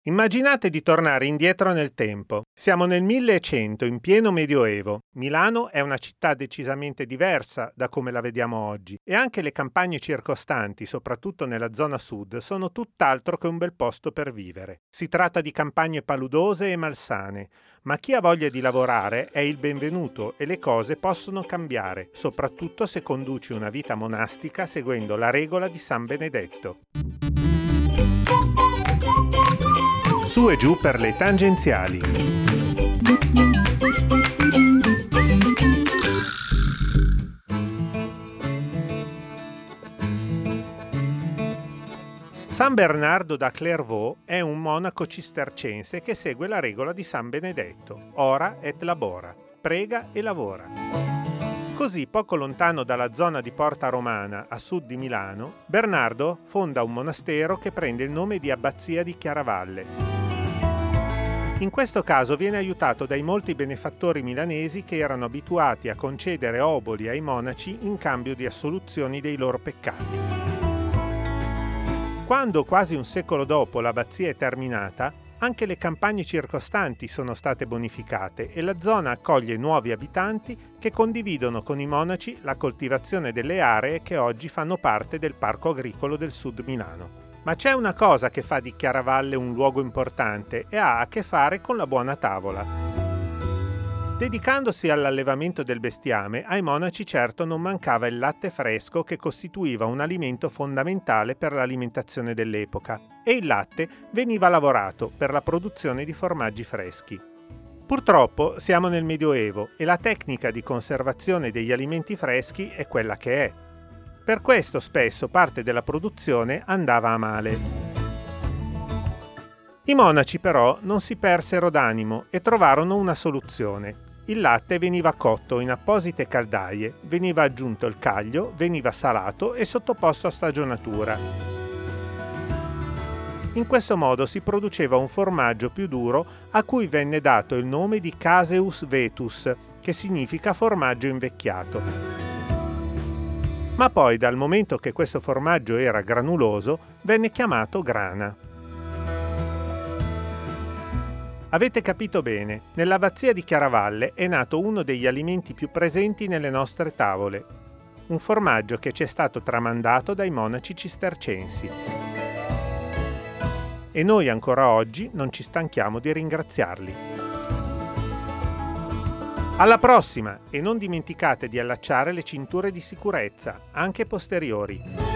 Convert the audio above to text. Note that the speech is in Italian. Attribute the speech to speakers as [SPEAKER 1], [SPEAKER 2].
[SPEAKER 1] Immaginate di tornare indietro nel tempo. Siamo nel 1100, in pieno Medioevo. Milano è una città decisamente diversa da come la vediamo oggi e anche le campagne circostanti, soprattutto nella zona sud, sono tutt'altro che un bel posto per vivere. Si tratta di campagne paludose e malsane, ma chi ha voglia di lavorare è il benvenuto e le cose possono cambiare, soprattutto se conduci una vita monastica seguendo la regola di San Benedetto. Su e giù per le tangenziali. San Bernardo da Clairvaux è un monaco cistercense che segue la regola di San Benedetto, ora et labora, prega e lavora. Così, poco lontano dalla zona di Porta Romana, a sud di Milano, Bernardo fonda un monastero che prende il nome di Abbazia di Chiaravalle. In questo caso viene aiutato dai molti benefattori milanesi che erano abituati a concedere oboli ai monaci in cambio di assoluzioni dei loro peccati. Quando, quasi un secolo dopo, l'abbazia è terminata, anche le campagne circostanti sono state bonificate e la zona accoglie nuovi abitanti che condividono con i monaci la coltivazione delle aree che oggi fanno parte del parco agricolo del Sud Milano. Ma c'è una cosa che fa di Chiaravalle un luogo importante e ha a che fare con la buona tavola. Dedicandosi all'allevamento del bestiame, ai monaci certo non mancava il latte fresco che costituiva un alimento fondamentale per l'alimentazione dell'epoca e il latte veniva lavorato per la produzione di formaggi freschi. Purtroppo siamo nel Medioevo e la tecnica di conservazione degli alimenti freschi è quella che è. Per questo spesso parte della produzione andava a male. I monaci però non si persero d'animo e trovarono una soluzione. Il latte veniva cotto in apposite caldaie, veniva aggiunto il caglio, veniva salato e sottoposto a stagionatura. In questo modo si produceva un formaggio più duro a cui venne dato il nome di caseus vetus, che significa formaggio invecchiato. Ma poi, dal momento che questo formaggio era granuloso, venne chiamato grana. Avete capito bene, nell'abbazia di Chiaravalle è nato uno degli alimenti più presenti nelle nostre tavole, un formaggio che ci è stato tramandato dai monaci cistercensi. E noi ancora oggi non ci stanchiamo di ringraziarli. Alla prossima e non dimenticate di allacciare le cinture di sicurezza, anche posteriori.